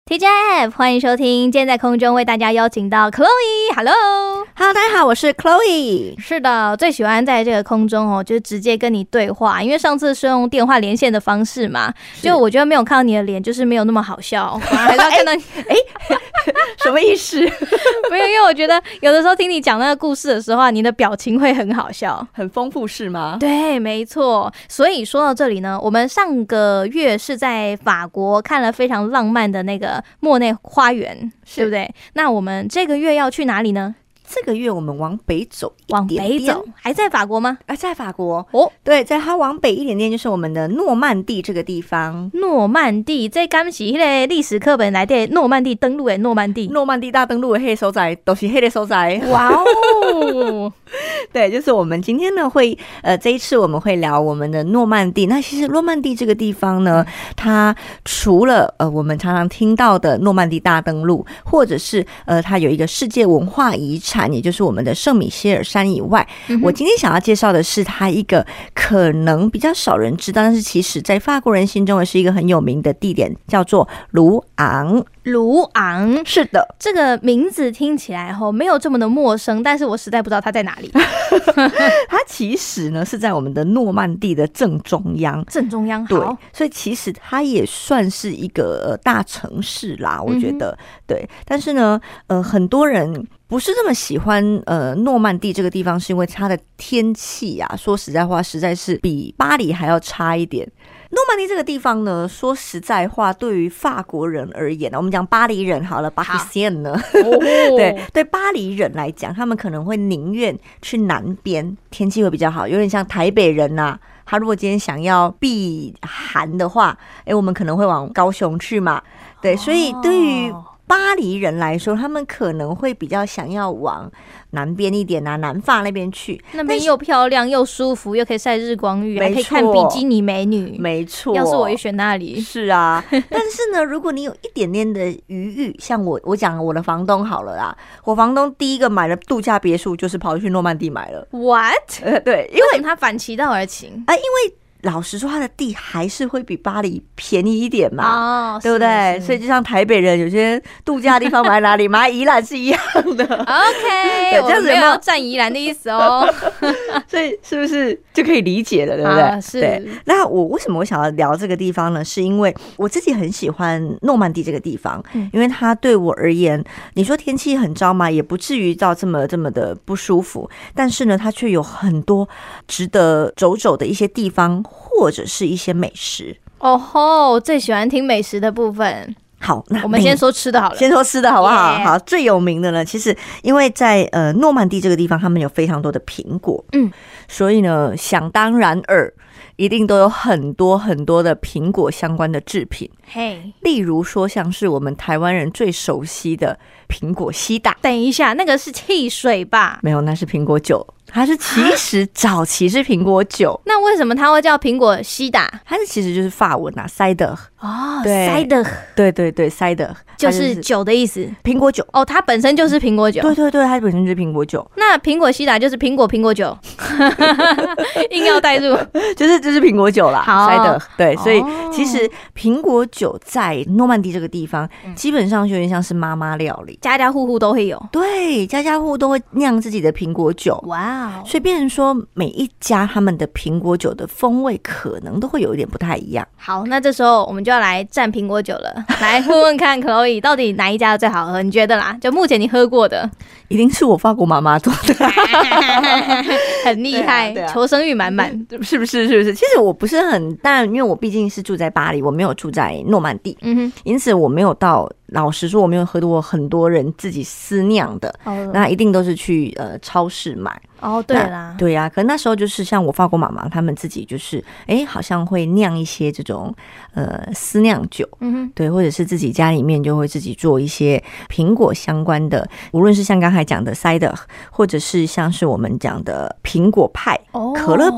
TGIF， 欢迎收听。今天在空中为大家邀请到 Chloe，Hello， 大家好，我是 Chloe。 是的，最喜欢在这个空中哦，就是直接跟你对话，因为上次是用电话连线的方式嘛，就我觉得没有看到你的脸，就是没有那么好笑，反而还是要看到你。 什么意思？ 没有，因为我觉得有的时候听你讲那个故事的时候，你的表情会很好笑， 很丰富是吗？ 对，没错。所以说到这里呢，我们上个月是在法国看了非常浪漫的那个莫内花园，对不对？那我们这个月要去哪里呢？ 这个月我们往北走一点点， 往北走，还在法国吗？ 在法国哦， 对，在它往北一点点就是我们的诺曼底这个地方。 诺曼底，这敢是那个历史课本来的诺曼底登陆的诺曼底， 诺曼底大登陆的那个所在，都是那个所在。 哇哦！ 对，就是我们今天呢会这一次我们会聊我们的诺曼底。那其实诺曼底这个地方呢，它除了我们常常听到的诺曼底大登陆，或者是它有一个世界文化遗产。也就是我们的圣米歇尔山以外，我今天想要介绍的是它一个可能比较少人知道，但是其实在法国人心中也是一个很有名的地点，叫做卢昂。 卢昂， 是的， 这个名字听起来没有这么的陌生，但是我实在不知道它在哪里。 它其实呢是在我们的诺曼底的正中央。 正中央， 对， 好， 所以其实它也算是一个大城市啦，我觉得，对。但是呢，很多人不是这么喜欢诺曼底这个地方，是因为它的天气啊，说实在话，实在是比巴黎还要差一点。诺曼底这个地方呢，说实在话，对于法国人而言呢，我们讲巴黎人好了，巴黎县呢，对巴黎人来讲，他们可能会宁愿去南边，天气会比较好，有点像台北人呐。他如果今天想要避寒的话，我们可能会往高雄去嘛，对，所以对于巴黎人来说，他们可能会比较想要往南边一点啊，南法那边去， 那边又漂亮又舒服，又可以晒日光浴，还可以看比基尼美女。 没错， 要是我也选那里。 是啊，但是呢，如果你有一点点的余裕，像我讲我的房东好了啦，我房东第一个买了度假别墅，就是跑去诺曼底买了。 What？ 对，因为他反其道而行因为老实说，他的地还是会比巴黎便宜一点嘛，对不对？所以就像台北人有些度假地方买哪里，买宜兰是一样的。 OK， 我没有要占宜兰的意思哦。 所以是不是就可以理解了，对不对？ 是。 对。那我为什么我想要聊这个地方呢？是因为我自己很喜欢诺曼底这个地方，因为它对我而言，你说天气很糟嘛，也不至于到这么的不舒服，但是呢，它却有很多值得走走的一些地方。或者是一些美食哦吼，我最喜欢听美食的部分。 好，那我们先说吃的好了， 先说吃的好不好？ Yeah. 好，最有名的呢，其实因为在诺曼底这个地方，他们有非常多的苹果，所以呢，想当然尔，一定都有很多的苹果相关的制品。例如说像是我们台湾人最熟悉的苹果西打。 等一下，那个是汽水吧？ 没有，那是苹果酒。它是其实早期是苹果酒。 那为什么它会叫苹果西打？ 它其实就是法文啊，cider。 cider。 对，cider 就是酒的意思， 苹果酒。 哦，它本身就是苹果酒。 对，它本身就是苹果酒。 那苹果西打就是苹果酒，硬要带入， 就是苹果酒啦。 好 ，cider。对，所以其实苹果酒在诺曼底这个地方，基本上就有点像是妈妈料理， 家家户户都会有。 对，家家户户都会酿自己的苹果酒。 哇！ 所以变成说每一家他们的苹果酒的风味可能都会有一点不太一样。 好，那这时候我们就要来蘸苹果酒了。来问问看Chloe到底哪一家最好喝？你觉得啦？就目前你喝过的， 一定是我法国妈妈做的。 很厉害，求生欲满满， 是不是？其实我不是很，但因为我毕竟是住在巴黎，我没有住在诺曼底，因此我没有到。老实说，我没有喝过很多人自己私酿的，那一定都是去超市买。 对啦， 对啊，可能那时候就是像我法国妈妈他们自己就是好像会酿一些这种私酿酒，对，或者是自己家里面就会自己做一些苹果相关的，无论是像刚才讲的 cider， 或者是像是我们讲的苹果派、可乐饼。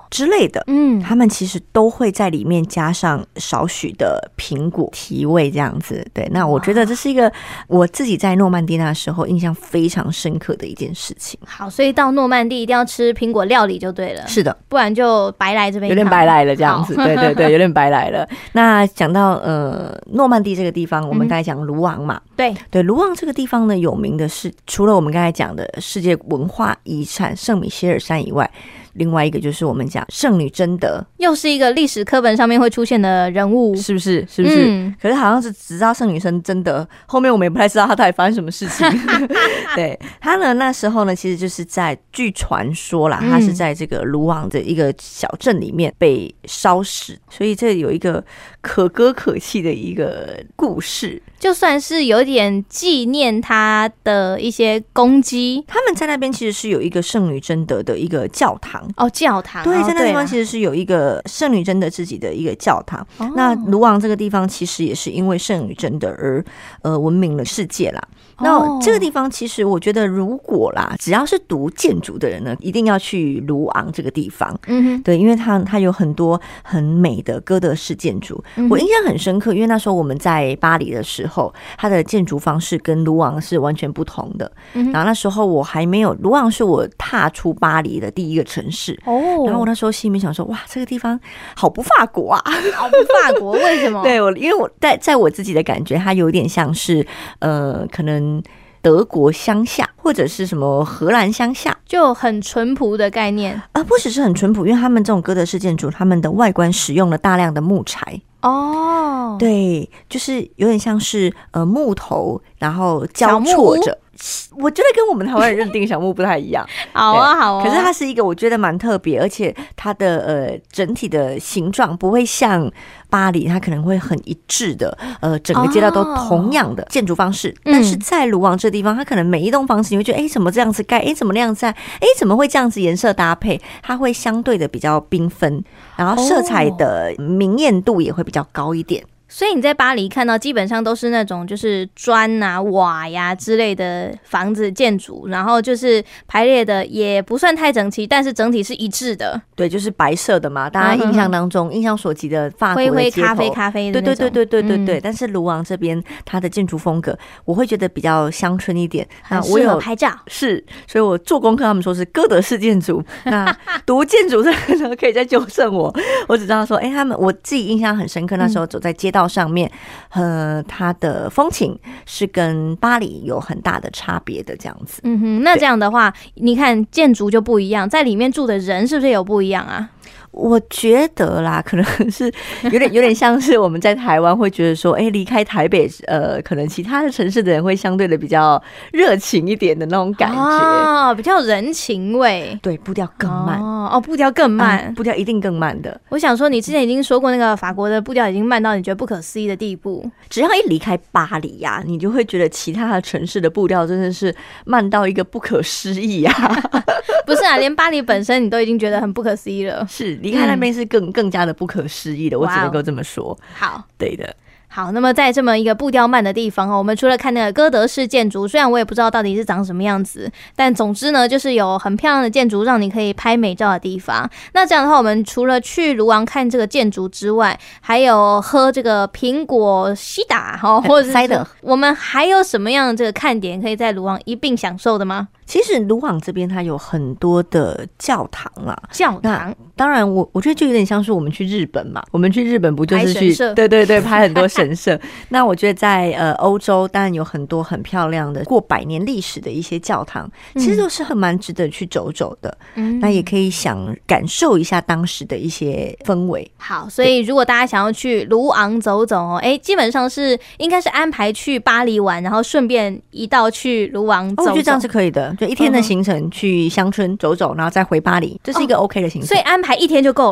之类的，他们其实都会在里面加上少许的苹果提味这样子。对，那我觉得这是一个我自己在诺曼底那时候印象非常深刻的一件事情。 好，所以到诺曼底一定要吃苹果料理就对了。 是的， 不然就白来这边， 有点白来了这样子。对对对，有点白来了。那讲到诺曼底这个地方，我们刚才讲卢昂嘛， 对对，卢昂这个地方呢，有名的是除了我们刚才讲的世界文化遗产圣米歇尔山以外，另外一个就是我们讲圣女贞德， 又是一个历史课本上面会出现的人物， 是不是？是不是？可是好像是只知道圣女贞德，后面我们也不太知道她到底发生什么事情。对，她呢那时候呢，其实就是在据传说啦，她是在这个卢昂的一个小镇里面被烧死，所以这有一个可歌可泣的一个故事。 就算是有点纪念他的一些功绩， 他们在那边其实是有一个圣女贞德的一个教堂哦，教堂对，在那地方其实是有一个圣女贞德自己的一个教堂。那卢昂这个地方其实也是因为圣女贞德而闻名了世界啦。那这个地方其实我觉得，如果啦，只要是读建筑的人呢，一定要去卢昂这个地方。对，因为它有很多很美的哥德式建筑。我印象很深刻，因为那时候我们在巴黎的时候，它的建筑方式跟卢昂是完全不同的。然后那时候我还没有，卢昂是我踏出巴黎的第一个城市。然后我那时候心里面想说，哇，这个地方好不法国啊， 好不法国，为什么？ 对，因为我在我自己的感觉，它有点像是可能德国乡下或者是什么荷兰乡下， 就很淳朴的概念。 不只是很淳朴，因为他们这种哥德式建筑，他们的外观使用了大量的木材。对，就是有点像是木头，然后交错着。我觉得跟我们台湾人认定小木不太一样。 好啊，好啊。 可是它是一个我觉得蛮特别，而且它的整体的形状不会像巴黎，它可能会很一致的整个街道都同样的建筑方式。但是在卢昂这地方，它可能每一栋房子你会觉得，怎么这样子盖？怎么那样子？怎么会这样子颜色搭配？它会相对的比较缤纷，然后色彩的明艳度也会比较高一点。 所以你在巴黎看到基本上都是那种就是砖啊、瓦呀之类的房子建筑，然后就是排列的也不算太整齐，但是整体是一致的。 对，就是白色的嘛，大家印象当中、印象所及的法国的灰灰咖啡咖啡的那种。 对。但是卢昂这边它的建筑风格，我会觉得比较乡村一点。 那我有拍照， 是，所以我做功课，他们说是哥德式建筑。那读建筑这个呢，可以再纠正我。我只知道说，他们我自己印象很深刻，那时候走在街道上面，它的风情是跟巴黎有很大的差别的，这样子。 那这样的话，你看建筑就不一样，在里面住的人是不是有不一样啊？ 我觉得啦，可能是有点像是我们在台湾会觉得说，离开台北，可能其他的城市的人会相对的比较热情一点的那种感觉， 比较人情味。 对，步调更慢。 步调更慢， 步调一定更慢的。 我想说，你之前已经说过，那个法国的步调已经慢到你觉得不可思议的地步。 只要一离开巴黎呀，你就会觉得其他的城市的步调真的是慢到一个不可思议呀。 不是啊，连巴黎本身你都已经觉得很不可思议了。 是，离开那边是更加的不可思议的，我只能够这么说。 好， 对的。 好，那么在这么一个步调慢的地方我们除了看那个哥德式建筑，虽然我也不知道到底是长什么样子，但总之呢，就是有很漂亮的建筑让你可以拍美照的地方。那这样的话，我们除了去卢昂看这个建筑之外，还有喝这个苹果西打或者是我们还有什么样的这个看点可以在卢昂一并享受的吗？ 其实卢昂这边它有很多的教堂啦， 教堂。 当然我觉得就有点像是我们去日本嘛，我们去日本不就是去对拍很多神社。那我觉得在欧洲当然有很多很漂亮的过100年历史的一些教堂，其实都是很蛮值得去走走的。那也可以感受一下当时的一些氛围。 好，所以如果大家想要去卢昂走走基本上是应该是安排去巴黎玩，然后顺便一道去卢昂走走。 我觉得这样是可以的。就一天的行程去乡村走走，然后再回巴黎，这是一个 OK 的行程。 所以安排1天就够了。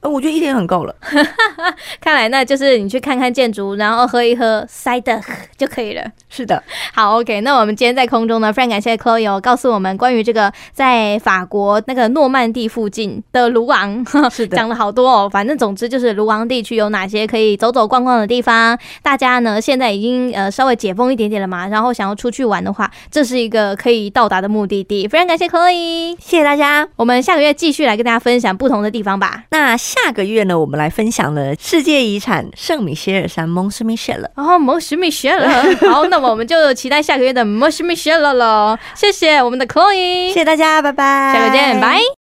我觉得1天很够了。 看来那就是你去看看建筑，然后喝一喝 cider 就可以了。 是的， 好 ，OK， 那我们今天在空中呢，非常感谢 Chloe 告诉我们关于这个在法国那个诺曼底附近的卢昂， 是的， 讲了好多哦。反正总之就是卢昂地区有哪些可以走走逛逛的地方，大家呢现在已经稍微解封一点点了嘛，然后想要出去玩的话，这是一个可以到达的目的地。非常感谢 Chloe， 谢谢大家。 我们下个月继续来跟大家分享不同的地方吧。 那下个月呢，我们来分享了世界遗产圣米歇尔山蒙斯米歇尔。 哦，蒙斯米歇尔，好，那么我们就期待下个月的蒙斯米歇尔了。谢谢我们的 Chloe， 谢谢大家，拜拜， 下个月见，拜。